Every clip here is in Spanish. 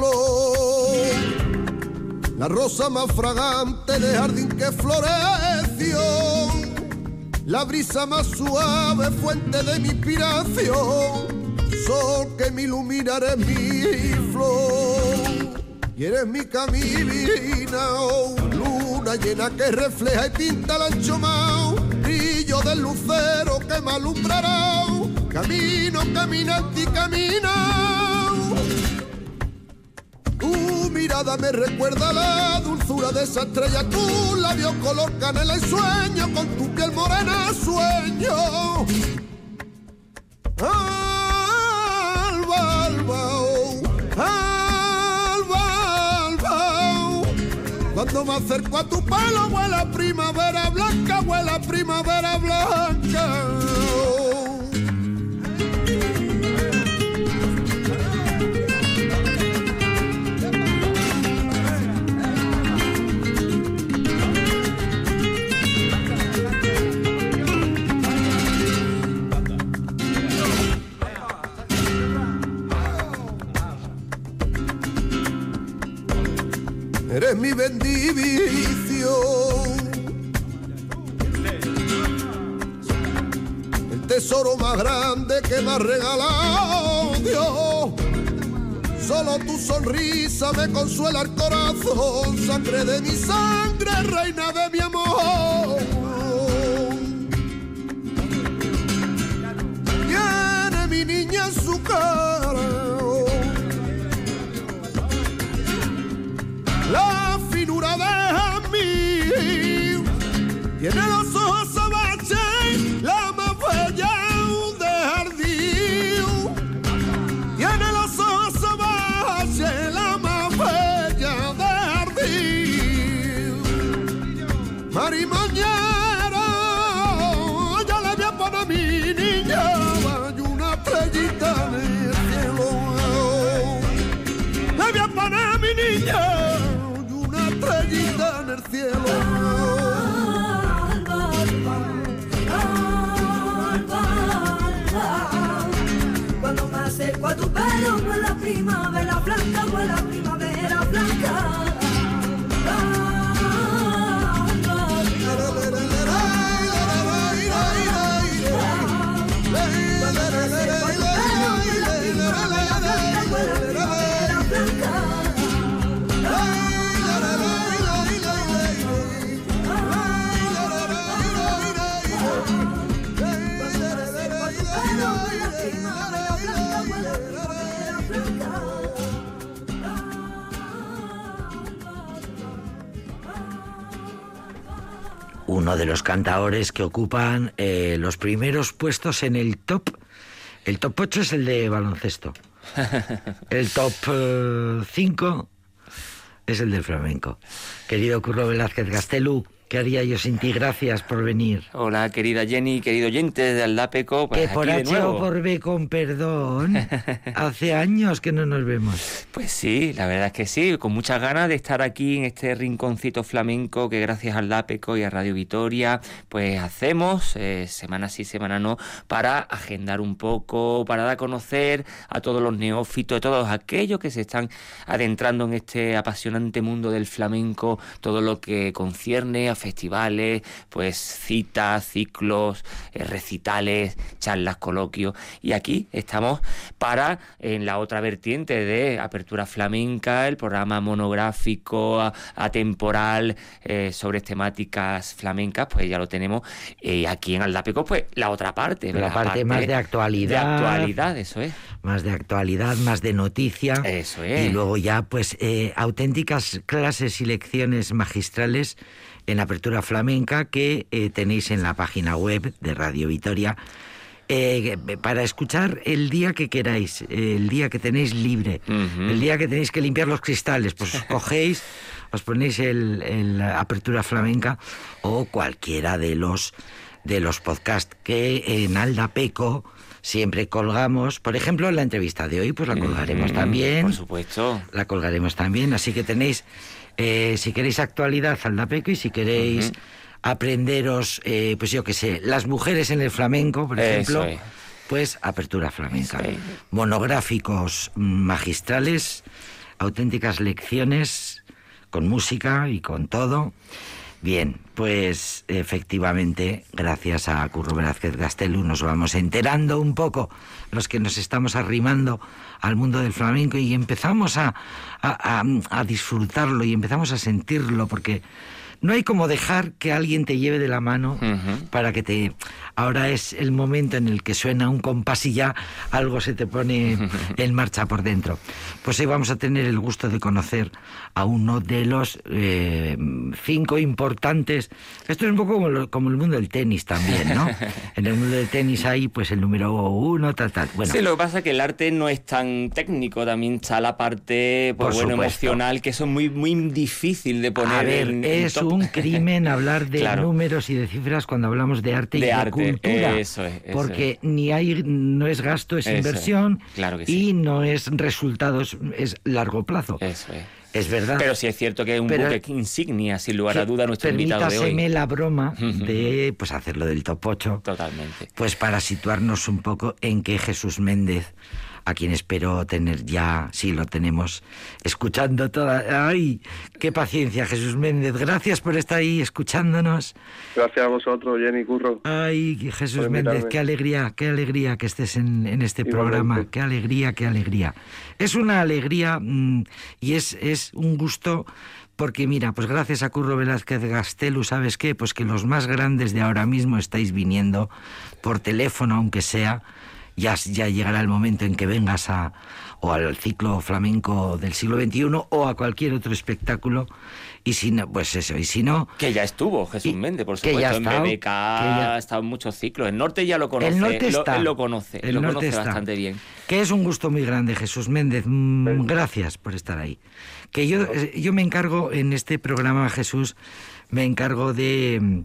flor, la rosa más fragante de jardín que floreció, la brisa más suave, fuente de mi inspiración, sol que me iluminará mi flor. Y eres mi camina, oh, luna llena que refleja y pinta el ancho mao, brillo del lucero que me alumbrará, camino, caminante y camina. Tu mirada me recuerda la dulzura de esa estrella, tus labios color canela y sueño, con tu piel morena sueño. Alba, alba, oh, alba, alba, oh. Cuando me acerco a tu pelo huele a primavera blanca, huele a primavera blanca, oh. Eres mi bendición, el tesoro más grande que me ha regalado Dios. Solo tu sonrisa me consuela el corazón, sangre de mi sangre, reina de mi amor. Tiene mi niña en su cara la finura de mí, tiene los ojos abaches, la más bella de jardín, tiene los ojos abaches, la más bella de jardín. Marimañera, ya le voy a poner a mi niña, hay una estrellita en el cielo, le voy a poner a mi niña estrellita en el cielo. Alba, alba, alba. Cuando me acerco a tu pelo huele a primavera blanca, huele a primavera blanca. Uno de los cantaores que ocupan los primeros puestos en el top. El top 8 es el de baloncesto. El top 5 es el del flamenco. Querido Curro Velázquez Gastelu, ¿qué haría yo sin ti? Gracias por venir. Hola, querida Jenny, querido oyente de Aldapeco. Pues que por aquí de H nuevo. o por B, con perdón, hace años que no nos vemos. Pues sí, la verdad es que sí, con muchas ganas de estar aquí en este rinconcito flamenco que gracias al Aldapeco y a Radio Vitoria pues hacemos, semana sí, semana no, para agendar un poco, para dar a conocer a todos los neófitos, a todos aquellos que se están adentrando en este apasionante mundo del flamenco, todo lo que concierne a festivales, pues citas, ciclos, recitales, charlas, coloquios. Y aquí estamos para, en la otra vertiente de Apertura Flamenca, el programa monográfico atemporal sobre temáticas flamencas, pues ya lo tenemos aquí en Aldapeco, pues la otra parte. La parte más de actualidad. De actualidad, eso es. Más de actualidad, más de noticia. Eso es. Y luego ya, pues, auténticas clases y lecciones magistrales en Apertura Flamenca que tenéis en la página web de Radio Vitoria para escuchar el día que queráis, el día que tenéis libre, el día que tenéis que limpiar los cristales, pues os cogéis, os ponéis el Apertura Flamenca o cualquiera de los podcasts que en Aldapeco siempre colgamos. Por ejemplo, la entrevista de hoy, pues la colgaremos también. Por supuesto. La colgaremos también, así que tenéis, si queréis actualidad, Aldapeco, y si queréis aprenderos, pues yo qué sé, las mujeres en el flamenco, por ejemplo, pues Apertura Flamenca. Monográficos magistrales auténticas lecciones con música y con todo. Bien, pues efectivamente, gracias a Curro Velázquez Gastelu nos vamos enterando un poco, los que nos estamos arrimando al mundo del flamenco, y empezamos a disfrutarlo y empezamos a sentirlo, porque no hay como dejar que alguien te lleve de la mano para que te... Ahora es el momento en el que suena un compás y ya algo se te pone en marcha por dentro. Pues hoy vamos a tener el gusto de conocer a uno de los 5 importantes... Esto es un poco como el mundo del tenis también, ¿no? En el mundo del tenis hay pues el número 1, tal. Bueno. Sí, lo que pasa es que el arte no es tan técnico, también está la parte emocional, que eso es muy, muy difícil de poner. A ver, es un crimen hablar de números y de cifras cuando hablamos de arte y de cultura. Eso es. Porque no es gasto, es inversión. Claro que sí. Y no es resultados, es largo plazo. Eso es. Es verdad. Pero sí es cierto que es un buque insignia, sin lugar a duda, nuestro invitado de hoy. Permítaseme la broma de pues hacerlo del top 8. Totalmente. Pues para situarnos un poco en que Jesús Méndez, a quien espero tener ya, sí lo tenemos, escuchando toda... ¡Ay! ¡Qué paciencia, Jesús Méndez! Gracias por estar ahí escuchándonos. Gracias a vosotros, Jenny, Curro. ¡Ay, Jesús Méndez! ¡Qué alegría que estés en este programa! ¡Qué alegría! Es una alegría y es un gusto... Porque mira, pues gracias a Curro Velázquez Gastelu, ¿sabes qué? Pues que los más grandes de ahora mismo estáis viniendo por teléfono, aunque sea... Ya llegará el momento en que vengas o al ciclo flamenco del siglo XXI o a cualquier otro espectáculo, y si no, pues eso, y si no... Que ya estuvo Jesús Méndez, por supuesto, en BBK, ha estado en muchos ciclos. El norte ya lo conoce, él lo conoce bastante bien. Que es un gusto muy grande, Jesús Méndez, gracias por estar ahí. Que yo me encargo en este programa, Jesús, me encargo de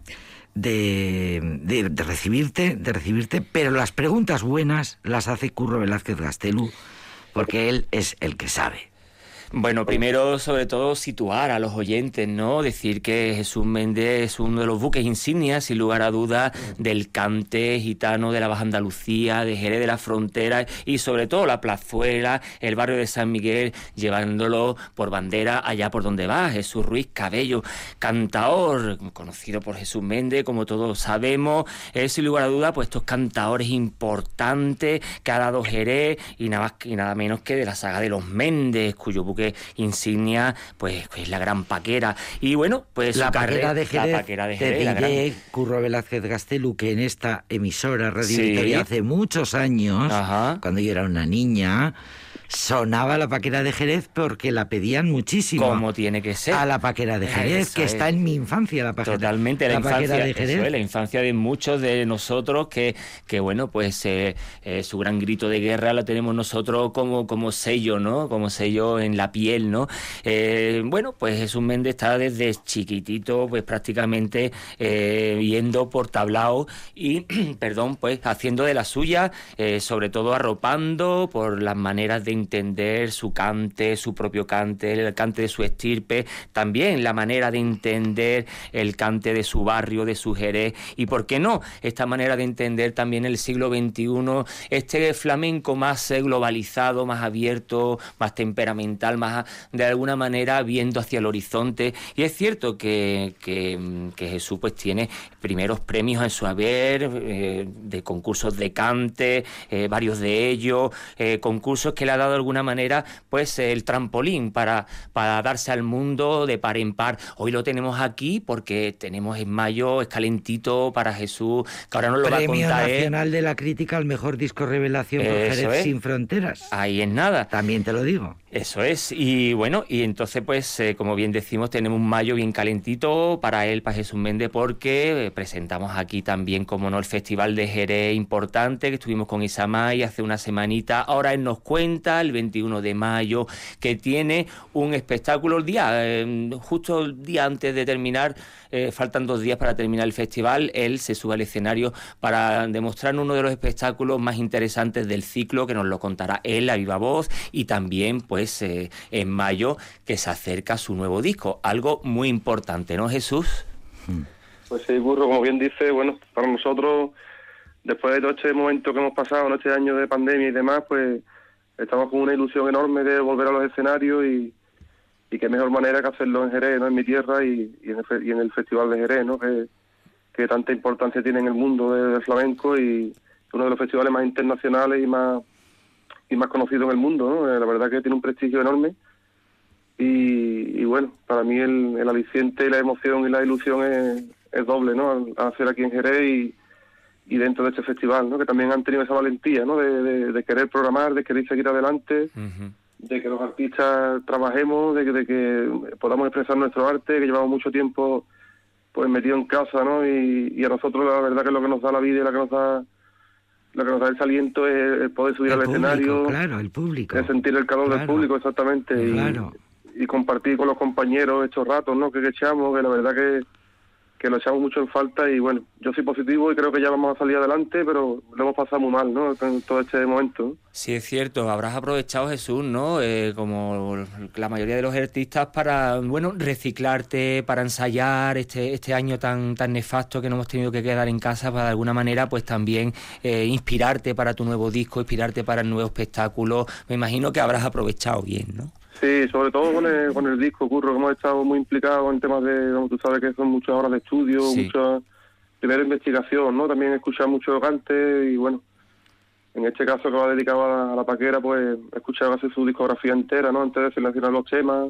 recibirte, pero las preguntas buenas las hace Curro Velázquez Gastelu, porque él es el que sabe. Bueno, primero, sobre todo, situar a los oyentes, ¿no? Decir que Jesús Méndez es uno de los buques insignias, sin lugar a dudas, del cante gitano de la Baja Andalucía, de Jerez de la Frontera, y sobre todo la Plazuela, el barrio de San Miguel, llevándolo por bandera allá por donde va. Jesús Ruiz Cabello, cantaor, conocido por Jesús Méndez, como todos sabemos, es sin lugar a dudas, pues estos cantaores importantes que ha dado Jerez, y nada menos que de la saga de los Méndez, cuyo buque insignia pues es la Gran Paquera. Y bueno, pues la Paquera de Jerez, te diré, Curro Velázquez Gastelu, que en esta emisora Radio Vitoria hace muchos años, cuando yo era una niña, sonaba la Paquera de Jerez porque la pedían muchísimo. Como tiene que ser. A la Paquera de Jerez, eso que está en mi infancia, la Paquera. Totalmente, la infancia de Jerez. Eso es, la infancia de muchos de nosotros que bueno, pues su gran grito de guerra lo tenemos nosotros como sello, ¿no? Como sello en la piel, ¿no? Bueno, pues Jesús Méndez está desde chiquitito, pues prácticamente yendo por tablao y, perdón, pues haciendo de la suya, sobre todo arropando por las maneras de entender su cante, su propio cante, el cante de su estirpe, también la manera de entender el cante de su barrio, de su Jerez, y por qué no, esta manera de entender también el siglo XXI, este flamenco más globalizado, más abierto, más temperamental, más de alguna manera viendo hacia el horizonte. Y es cierto que Jesús pues tiene primeros premios en su haber, de concursos de cante, varios de ellos, concursos que le ha dado de alguna manera pues el trampolín para darse al mundo de par en par. Hoy lo tenemos aquí porque tenemos en mayo, es calentito para Jesús, que ahora nos lo va a contar. Premio Nacional de la Crítica al mejor disco revelación por Jerez Sin Fronteras. Ahí es nada. También te lo digo. Eso es, y bueno, y entonces pues como bien decimos, tenemos un mayo bien calentito para él, para Jesús Méndez, porque presentamos aquí también, como no, el Festival de Jerez importante, que estuvimos con Isamay hace una semanita. Ahora él nos cuenta, el 21 de mayo, que tiene un espectáculo el día, justo el día antes de terminar, faltan 2 días para terminar el festival, él se sube al escenario para demostrar uno de los espectáculos más interesantes del ciclo, que nos lo contará él a viva voz, y también pues en mayo, que se acerca su nuevo disco, algo muy importante, ¿no, Jesús? Pues sí, Curro, como bien dice, bueno, para nosotros, después de todo este momento que hemos pasado, este año de pandemia y demás, pues estamos con una ilusión enorme de volver a los escenarios y qué mejor manera que hacerlo en Jerez, ¿no? En mi tierra y en el Festival de Jerez, ¿no? Que tanta importancia tiene en el mundo del flamenco y uno de los festivales más internacionales y más conocidos en el mundo, ¿no? La verdad que tiene un prestigio enorme y bueno, para mí el aliciente y la emoción y la ilusión es doble, ¿no? Al hacer aquí en Jerez y dentro de este festival, ¿no? Que también han tenido esa valentía, ¿no? De querer programar, de querer seguir adelante, de que los artistas trabajemos, de que podamos expresar nuestro arte, que llevamos mucho tiempo pues metido en casa, ¿no? Y a nosotros la verdad que lo que nos da la vida y lo que nos da el aliento es el poder subir al escenario, claro, el público, es sentir el calor del público, exactamente, y compartir con los compañeros estos ratos, ¿no? Que echamos, que la verdad que lo echamos mucho en falta y bueno, yo soy positivo y creo que ya vamos a salir adelante, pero lo hemos pasado muy mal, ¿no? En todo este momento. Sí, es cierto, habrás aprovechado, Jesús, ¿no? Como la mayoría de los artistas para, bueno, reciclarte, para ensayar este año tan nefasto que nos hemos tenido que quedar en casa, para de alguna manera pues también inspirarte para tu nuevo disco, inspirarte para el nuevo espectáculo. Me imagino que habrás aprovechado bien, ¿no? Sí, sobre todo con el disco, Curro, que hemos estado muy implicados en temas de, como tú sabes, que son muchas horas de estudio, mucha primera investigación, ¿no? También escuchar mucho cante y bueno, en este caso que va dedicado a la Paquera, pues he escuchado casi su discografía entera, ¿no? Antes de seleccionar los temas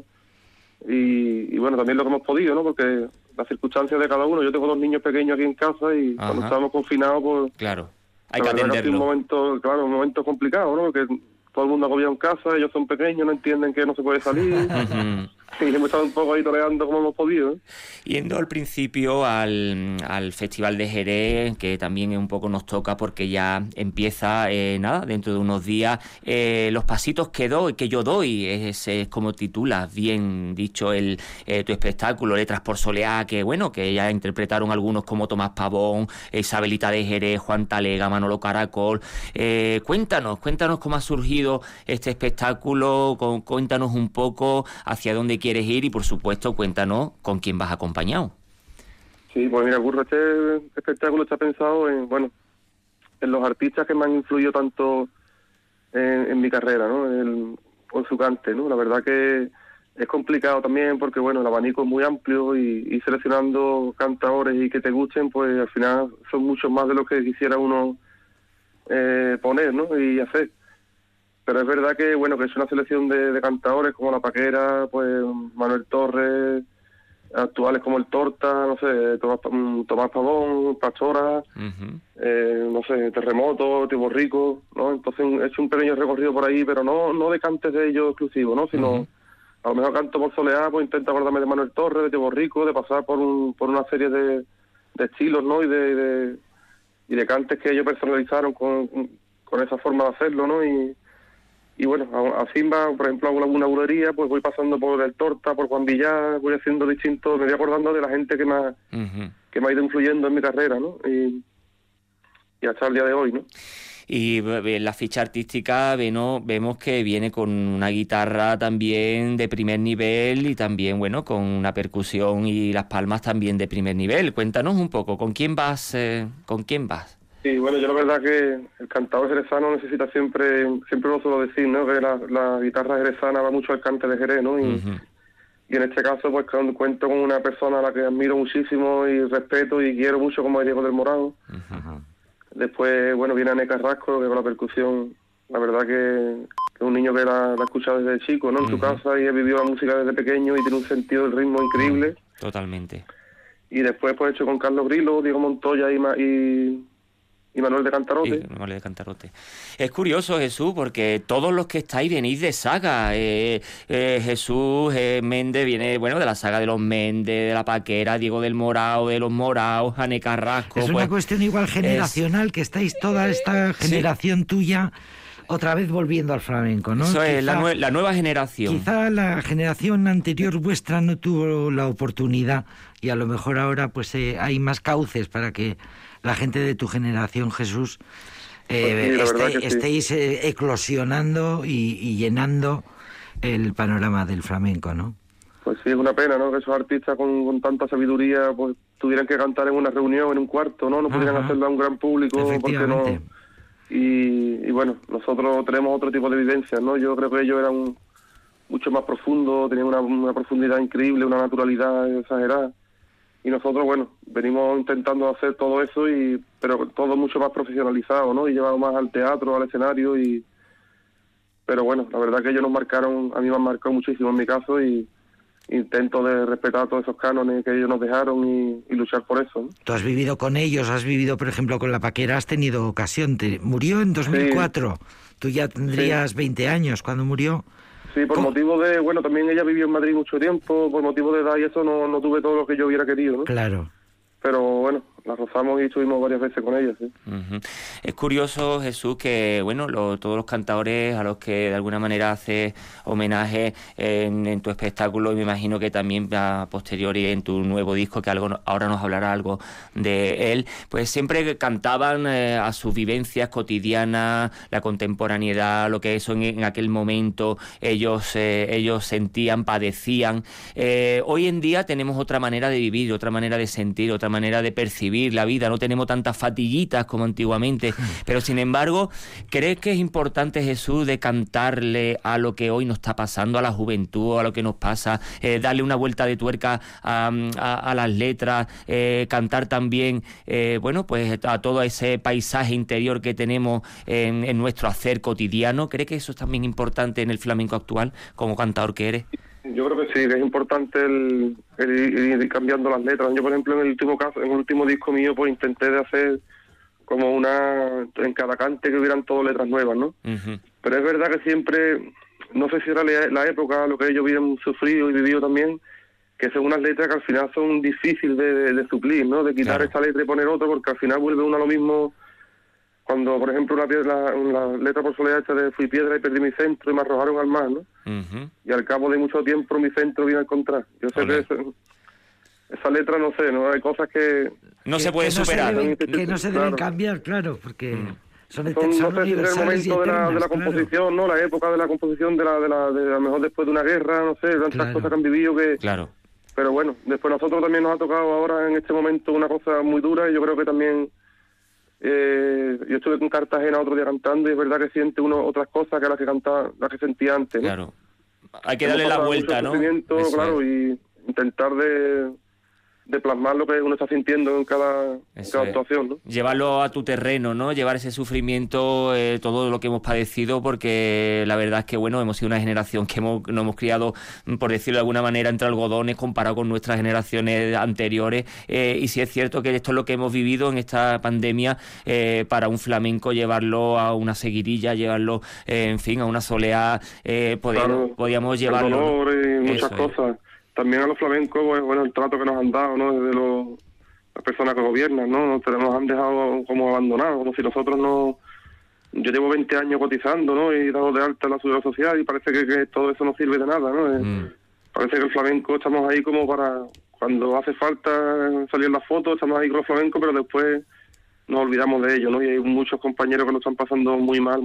y bueno, también lo que hemos podido, ¿no? Porque las circunstancias de cada uno, yo tengo 2 niños pequeños aquí en casa y cuando estábamos confinados, pues... Claro, hay que atenderlo. Un momento complicado, ¿no? Porque todo el mundo agobiado en casa, ellos son pequeños, no entienden que no se puede salir. Y hemos estado un poco ahí toreando como hemos podido, ¿eh? Yendo al principio al Festival de Jerez, que también un poco nos toca porque ya empieza, dentro de unos días, los pasitos que yo doy, es como titulas, bien dicho, tu espectáculo, Letras por Soleá, que bueno, que ya interpretaron algunos como Tomás Pavón, Isabelita de Jerez, Juan Talega, Manolo Caracol. Cuéntanos cómo ha surgido este espectáculo, cuéntanos un poco hacia dónde quieres ir y por supuesto cuéntanos con quién vas acompañado. Sí, pues mira, Curro, este espectáculo está pensado en los artistas que me han influido tanto en mi carrera, ¿no? En su cante, ¿no? La verdad que es complicado también porque bueno, el abanico es muy amplio y seleccionando cantadores y que te gusten, pues al final son muchos más de los que quisiera uno poner, ¿no? Y hacer. Pero es verdad que bueno, que es una selección de cantadores como La Paquera, pues Manuel Torres, actuales como el Torta, no sé, Tomás Pavón, Pastora, no sé, Terremoto, Tibo Rico, ¿no? Entonces he hecho un pequeño recorrido por ahí, pero no de cantes de ellos exclusivos, ¿no? Sino a lo mejor canto por Soleá, pues intento acordarme de Manuel Torres, de Tibo Rico, de pasar por una serie de estilos, ¿no? Y de cantes que ellos personalizaron con esa forma de hacerlo, ¿no? Y bueno, así va, por ejemplo, hago alguna bulería, pues voy pasando por el Torta, por Juan Villar, voy haciendo distintos, me voy acordando de la gente que me ha ido influyendo en mi carrera, ¿no? Y hasta el día de hoy, ¿no? Y la ficha artística vemos que viene con una guitarra también de primer nivel y también, bueno, con una percusión y las palmas también de primer nivel. Cuéntanos un poco, ¿con quién vas? Sí, bueno, yo la verdad que el cantador jerezano necesita siempre lo suelo decir, ¿no? Que la guitarra jerezana va mucho al cante de Jerez, ¿no? Y en este caso, pues cuento con una persona a la que admiro muchísimo y respeto y quiero mucho, como es Diego del Morado. Después, bueno, viene Ane Carrasco, que con la percusión, la verdad que es un niño que la ha escuchado desde chico, ¿no? En su casa y ha vivido la música desde pequeño y tiene un sentido del ritmo increíble. Totalmente. Y después, pues, he hecho con Carlos Grilo, Diego Montoya y Manuel de Cantarote. Manuel de Cantarote. Es curioso, Jesús, porque todos los que estáis venís de saga. Jesús Méndez viene, bueno, de la saga de los Méndez, de la Paquera, Diego del Morao, de los Moraos, Ane Carrasco. Es una cuestión igual generacional, que estáis toda esta generación tuya otra vez volviendo al flamenco, ¿no? Eso es, la nueva generación. Quizá la generación anterior vuestra no tuvo la oportunidad y a lo mejor ahora pues hay más cauces para que la gente de tu generación, Jesús, estéis eclosionando y llenando el panorama del flamenco, ¿no? Pues sí, es una pena, ¿no? Que esos artistas con tanta sabiduría pues tuvieran que cantar en una reunión, en un cuarto, ¿no? No pudieran hacerlo a un gran público porque y bueno, nosotros tenemos otro tipo de vivencias, ¿no? Yo creo que ellos eran mucho más profundos, tenían una profundidad increíble, una naturalidad exagerada. Y nosotros, bueno, venimos intentando hacer todo eso, pero todo mucho más profesionalizado, ¿no? Y llevado más al teatro, al escenario. Pero bueno, la verdad que ellos a mí me han marcado muchísimo en mi caso, y intento de respetar todos esos cánones que ellos nos dejaron y luchar por eso, ¿no? Tú has vivido con ellos, has vivido, por ejemplo, con La Paquera, has tenido ocasión. Murió en 2004. Sí. Tú ya tendrías 20 años cuando murió. Sí, por motivo de... Bueno, también ella vivió en Madrid mucho tiempo, por motivo de edad y eso no tuve todo lo que yo hubiera querido, ¿no? Claro. Pero bueno, la rozamos y estuvimos varias veces con ella, sí. Uh-huh. Es curioso, Jesús, que bueno, todos los cantadores a los que de alguna manera haces homenaje en tu espectáculo, y me imagino que también a posteriori en tu nuevo disco, que ahora nos hablará algo de él, pues siempre cantaban a sus vivencias cotidianas, la contemporaneidad, lo que eso en aquel momento ellos sentían, padecían. Hoy en día tenemos otra manera de vivir, otra manera de sentir, otra manera de percibir la vida, no tenemos tantas fatiguitas como antiguamente, pero sin embargo, ¿crees que es importante, Jesús, de cantarle a lo que hoy nos está pasando, a la juventud, a lo que nos pasa, darle una vuelta de tuerca a las letras, cantar también, bueno, pues a todo ese paisaje interior que tenemos en nuestro hacer cotidiano? ¿Crees que eso es también importante en el flamenco actual, como cantador que eres? Yo creo que sí, que es importante el ir cambiando las letras. Yo, por ejemplo, en el último disco mío, pues intenté de hacer como en cada cante que hubieran todas letras nuevas, ¿no? Uh-huh. Pero es verdad que siempre, no sé si era la época, lo que ellos habían sufrido y vivido también, que son unas letras que al final son difíciles de suplir, ¿no? De quitar esta letra y poner otra, porque al final vuelve uno a lo mismo. Cuando, por ejemplo, la letra por soledad esta de fui piedra y perdí mi centro y me arrojaron al mar, ¿no? Uh-huh. Y al cabo de mucho tiempo mi centro vine a encontrar. Yo sé que esa letra, no sé, ¿no? Hay cosas que... No se puede superar. Que no se deben cambiar, claro, porque... Son no sé si es el momento de la composición, ¿no? La época de la composición, de a lo mejor después de una guerra, no sé, tantas cosas que han vivido que... Claro. Pero bueno, después nosotros también nos ha tocado ahora en este momento una cosa muy dura, y yo creo que también... yo estuve en Cartagena otro día cantando, y es verdad que siente uno otras cosas que las que sentía antes, ¿no? Claro. Hay que darle la vuelta, ¿no? Claro, y intentar de plasmar lo que uno está sintiendo en cada actuación, ¿no? Llevarlo a tu terreno, ¿no? Llevar ese sufrimiento, todo lo que hemos padecido, porque la verdad es que, bueno, hemos sido una generación que nos hemos criado, por decirlo de alguna manera, entre algodones comparado con nuestras generaciones anteriores, y sí es cierto que esto es lo que hemos vivido en esta pandemia, para un flamenco llevarlo a una seguidilla, llevarlo, en fin, a una soleá, podíamos llevarlo... El dolor y muchas cosas. También a los flamencos, bueno, el trato que nos han dado, ¿no? Desde las personas que gobiernan, ¿no? Nos han dejado como abandonados, como si nosotros no... Yo llevo 20 años cotizando, ¿no? Y dado de alta en la seguridad social, y parece que todo eso no sirve de nada, ¿no? Parece que el flamenco estamos ahí como para... Cuando hace falta salir en las fotos, estamos ahí con los flamencos, pero después nos olvidamos de ellos, ¿no? Y hay muchos compañeros que lo están pasando muy mal,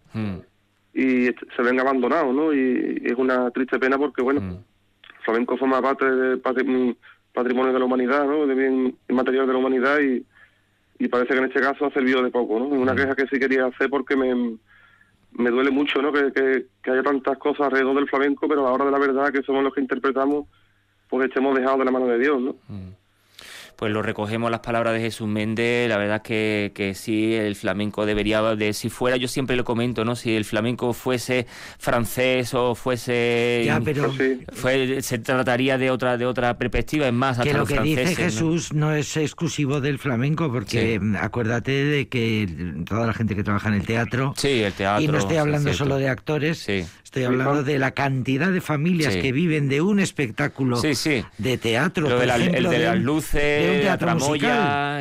y se ven abandonados, ¿no? Y es una triste pena porque, bueno... flamenco forma parte del patrimonio de la humanidad, ¿no? De bien inmaterial de la humanidad, y parece que en este caso ha servido de poco, ¿no? Una queja que sí quería hacer porque me duele mucho, ¿no? Que haya tantas cosas alrededor del flamenco, pero a la hora de la verdad, que somos los que interpretamos, pues estemos dejados de la mano de Dios, ¿no? Pues lo recogemos las palabras de Jesús Méndez. La verdad es que sí, el flamenco debería si fuera, yo siempre lo comento, ¿no? Si el flamenco fuese francés o fuese... Ya, pero... se trataría de otra perspectiva, es más, hasta que lo que franceses, dice Jesús no es exclusivo del flamenco, porque acuérdate de que toda la gente que trabaja en el teatro... Sí, el teatro... Y no estoy hablando solo de actores, estoy hablando de la cantidad de familias que viven de un espectáculo de teatro, por ejemplo, el de las luces... un teatro musical.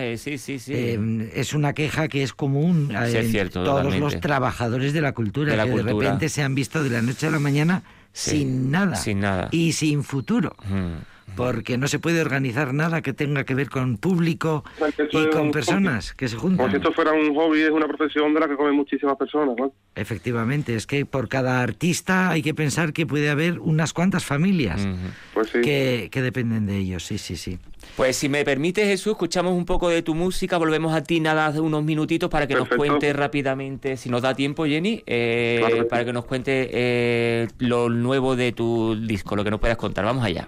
Es una queja que es común en todos los trabajadores de la cultura, de repente se han visto de la noche a la mañana sin nada y sin futuro. Porque no se puede organizar nada que tenga que ver con público y con personas que se juntan. Como si esto fuera un hobby, es una profesión de la que comen muchísimas personas, ¿no? Efectivamente, es que por cada artista hay que pensar que puede haber unas cuantas familias que dependen de ellos, sí. Pues si me permite, Jesús, escuchamos un poco de tu música, volvemos a ti nada de unos minutitos para que Perfecto. nos cuente rápidamente, si nos da tiempo, Jenny, Claro. para que nos cuente lo nuevo de tu disco, lo que nos puedas contar. Vamos allá.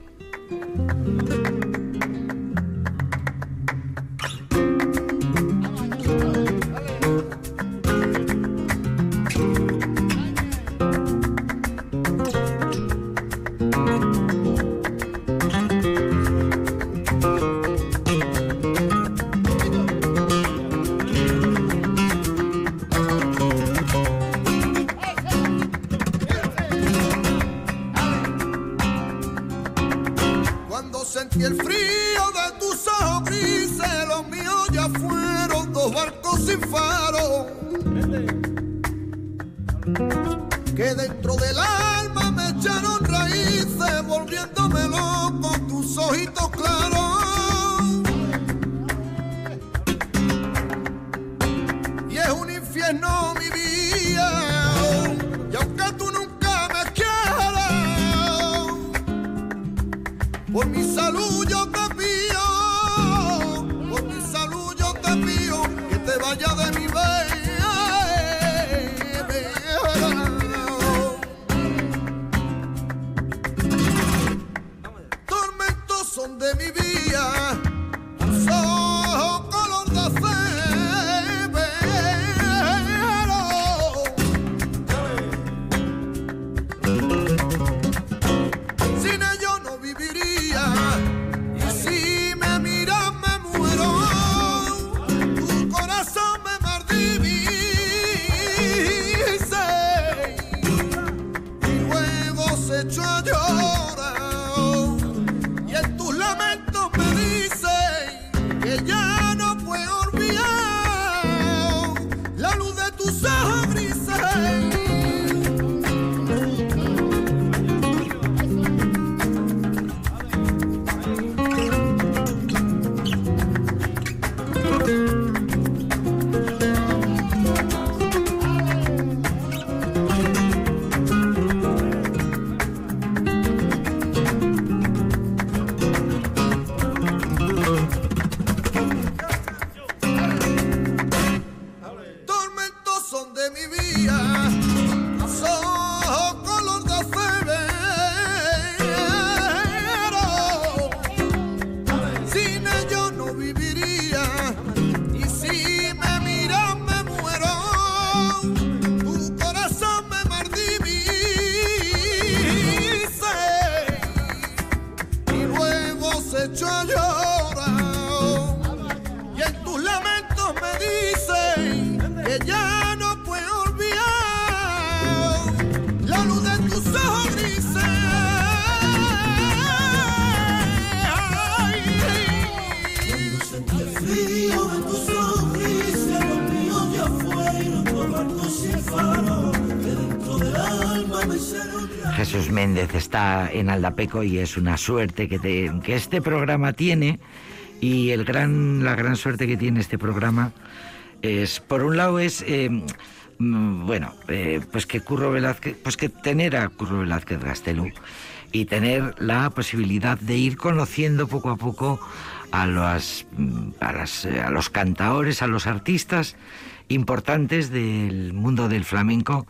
Cuando sentí el frío de tus ojos grises, los míos ya fueron 2 barcos sin faro. Que dentro del alma me echaron raíces, volviéndome loco tus ojitos claros. Y es un infierno mi vida, y aunque tú nunca me quieras, por mi salud yo te pido, por mi salud yo te pido, que te vaya de mi vida. Tormentos son de mi vida, tus ojos color de acero. Sin ellos no viviría, y si me miras me muero. Tu corazón me maldice y luego se echó a llorar. Y en tus lamentos me dicen que ya no puedo olvidar la luz de tus ojos grises. Tormentos son de mi vida, son color de acero. Sin ellos no viviría, y si me miras me muero. Tu corazón me maldice y luego se echó a llorar. Y en tus lamentos me dicen que ya no puedo olvidar la luz de tus ojos grises. Cuando sentí el frío de tus ojos grises, los míos ya fueron 2 barcos sin faro, que dentro del alma me hicieron. Jesús Méndez está en Aldapeco y es una suerte que este programa tiene, y la gran suerte que tiene este programa es, por un lado, es pues que Curro Velázquez, pues que tener a Curro Velázquez Gastelu y tener la posibilidad de ir conociendo poco a poco a los cantaores, a los artistas importantes del mundo del flamenco.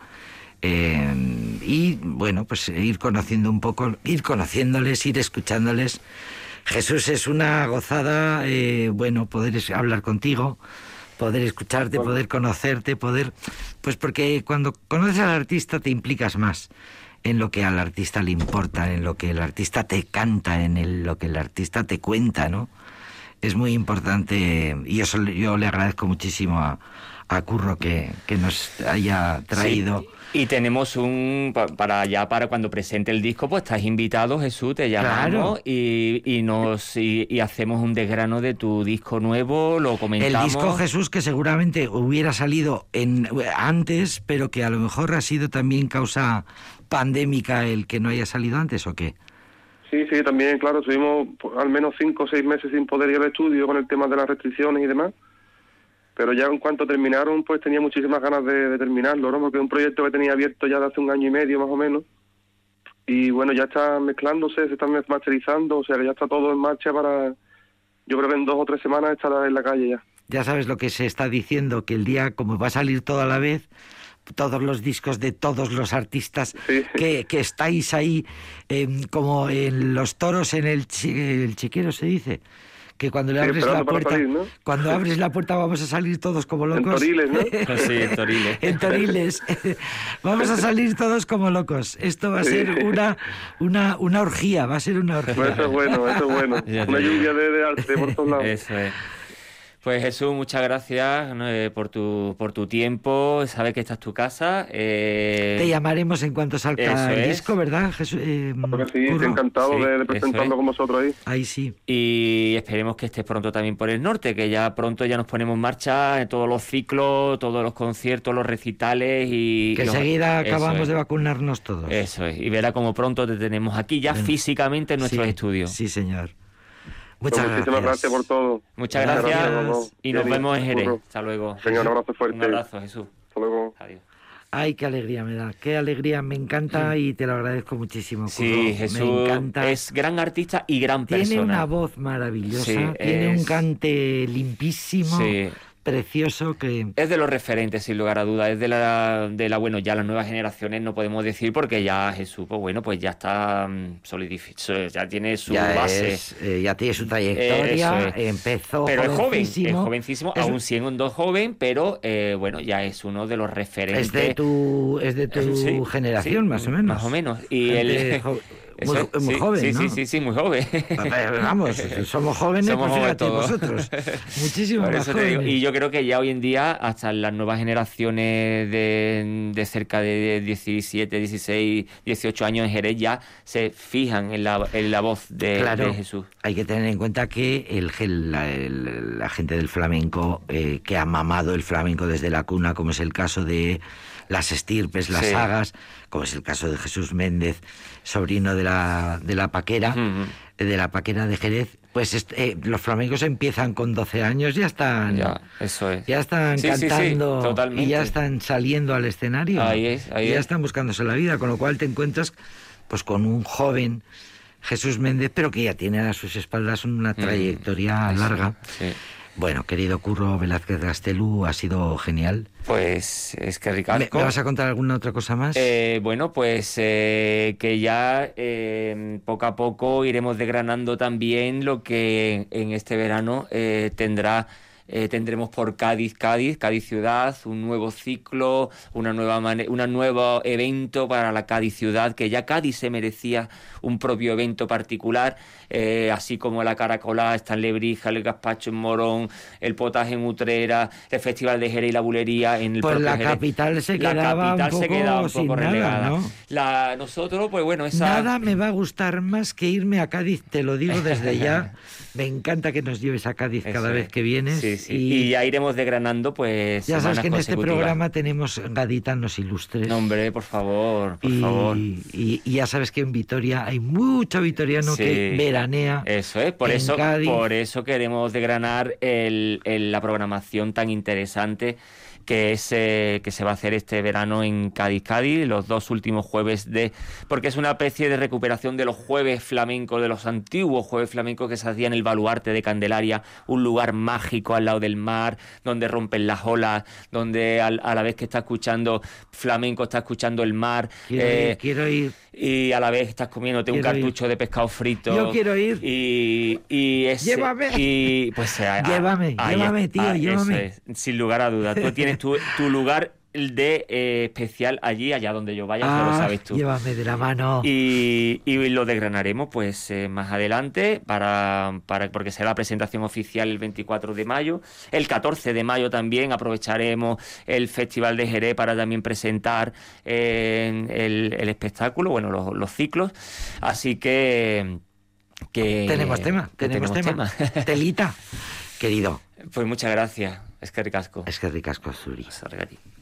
Y bueno, pues ir conociendo un poco, ir conociéndoles, ir escuchándoles. Jesús, es una gozada, poder hablar contigo, poder escucharte, poder conocerte, pues porque cuando conoces al artista te implicas más en lo que al artista le importa, en lo que el artista te canta, lo que el artista te cuenta, ¿no? Es muy importante, y eso yo le agradezco muchísimo a Curro que nos haya traído. Sí. Y tenemos para cuando presente el disco, pues estás invitado, Jesús, te llamamos. Claro. y hacemos un desgrano de tu disco nuevo, lo comentamos. El disco, Jesús, que seguramente hubiera salido antes, pero que a lo mejor ha sido también causa pandémica el que no haya salido antes, ¿o qué? Sí, también, claro, estuvimos al menos 5 o 6 meses sin poder ir al estudio con el tema de las restricciones y demás. Pero ya en cuanto terminaron, pues tenía muchísimas ganas de terminarlo, ¿no? Porque es un proyecto que tenía abierto ya de hace 1 año y medio, más o menos. Y bueno, ya está mezclándose, se está masterizando, o sea que ya está todo en marcha yo creo que en 2 o 3 semanas estará en la calle ya. Ya sabes lo que se está diciendo, que el día, como va a salir todo a la vez, todos los discos de todos los artistas Sí. que estáis ahí, como en los toros en el chiquero, se dice, que cuando le abres la puerta, salir, ¿no? cuando abres la puerta vamos a salir todos como locos. En Toriles, ¿no? Sí, en Toriles. En Toriles. Vamos a salir todos como locos. Esto va a ser una orgía, va a ser una orgía. Pues eso es bueno, eso es bueno. Ya te Una digo. lluvia de arte por todos lados. Eso es. Pues Jesús, muchas gracias, ¿no? por tu tiempo. Sabes que esta es tu casa. Te llamaremos en cuanto salga Eso el es. disco, ¿verdad, Jesús? Porque sí, Curro. encantado Sí, de eso presentarlo es. con vosotros ahí. Ahí sí. Y esperemos que estés pronto también por el norte, que ya pronto ya nos ponemos en marcha en todos los ciclos, todos los conciertos, los recitales y... Que enseguida Eso acabamos es. de vacunarnos todos. Eso es. Y verá cómo pronto te tenemos aquí ya Bueno, físicamente en nuestros Sí, estudios. Sí, señor. Pues Muchas muchísimas gracias por todo. Muchas Muchas gracias gracias. y nos Jenny, vemos en Jerez. Curro. Hasta luego. Venga, un abrazo fuerte. Un abrazo, Jesús. Hasta luego. Adiós. Ay, qué alegría me da, qué alegría, me encanta y te lo agradezco muchísimo, Curro. Sí, Jesús me encanta. es gran artista y gran persona. Tiene una voz maravillosa, Sí, tiene un es- cante limpísimo, Sí. precioso, que... Es de los referentes, sin lugar a dudas. Es de la bueno, ya las nuevas generaciones no podemos decir porque ya Jesús, pues bueno, pues ya está solidificado, ya tiene su base. ya tiene su trayectoria, Eso es. empezó Pero es jovencísimo. jovencísimo, Es- aún siendo joven, pero bueno, ya es uno de los referentes. Es de tu Sí, generación, sí, más o menos. Más o menos. Y Gente él... muy, Eso es, muy sí, joven, sí, ¿no? sí, muy joven. Vamos, somos jóvenes, Somos pues jóvenes fíjate todos. vosotros. Muchísimo Por más eso te digo, jóvenes. y yo creo que ya hoy en día, hasta las nuevas generaciones de cerca de 17, 16, 18 años en Jerez ya se fijan en la voz de Jesús. Hay que tener en cuenta que la gente del flamenco, que ha mamado el flamenco desde la cuna, como es el caso de las estirpes, las Sí. sagas, como es el caso de Jesús Méndez, sobrino de la Paquera, Ujú. de la Paquera de Jerez, pues los flamencos empiezan con 12 años, ya están... Ya, eso es. Ya están Sí, sí, sí, cantando totalmente. y ya están saliendo al escenario. Ahí es, ahí y ya es. están buscándose la vida, con lo cual te encuentras pues con un joven Jesús Méndez, pero que ya tiene a sus espaldas una trayectoria Eso, larga. sí. Bueno, querido Curro Velázquez Gastelú, ha sido genial. Pues es que ¿Me Ricasco. vas a contar alguna otra cosa más? Bueno, pues que ya poco a poco iremos desgranando también lo que en este verano tendremos por Cádiz ciudad, un nuevo ciclo, un nuevo evento para la Cádiz ciudad, que ya Cádiz se merecía un propio evento particular, así como la Caracolá, está en Lebrija, el Gazpacho en Morón, el Potaje en Utrera, el Festival de Jerez y la Bulería en el Pues propio la Jerez. capital se La quedaba capital un se poco quedaba un sin poco nada, relegada. ¿no? Nosotros, pues bueno, esa... Nada me va a gustar más que irme a Cádiz, te lo digo desde ya. Me encanta que nos lleves a Cádiz cada Eso vez es. que vienes. Sí, sí. Y ya iremos desgranando, pues, ya sabes semanas que en este consecutivas. programa tenemos gaditanos ilustres. No, hombre, por favor, por favor. Y ya sabes que en Vitoria hay mucho vitoriano Sí. que veranea. Eso es, por en eso, Cádiz. por eso queremos desgranar la programación tan interesante que se va a hacer este verano en Cádiz, los 2 últimos jueves porque es una especie de recuperación de los jueves flamencos, de los antiguos jueves flamencos que se hacían en el Baluarte de Candelaria, un lugar mágico al lado del mar, donde rompen las olas, donde a la vez que está escuchando flamenco, está escuchando el mar. Quiero ir. Y a la vez estás comiéndote un Quiero cartucho de pescado frito. Yo quiero ir. Llévame. Y pues Llévame, tío, llévame. Eso es, sin lugar a dudas. Tú tienes tu lugar especial allá donde yo vaya, eso lo sabes tú. Llévame de la mano. Y lo desgranaremos pues más adelante porque será la presentación oficial el 24 de mayo. El 14 de mayo también aprovecharemos el Festival de Jerez para también presentar el espectáculo, bueno, los ciclos. Así que tenemos tema. Telita, querido. Pues muchas gracias. Es que ricasco. Es que ricasco, Zuri. Sargati.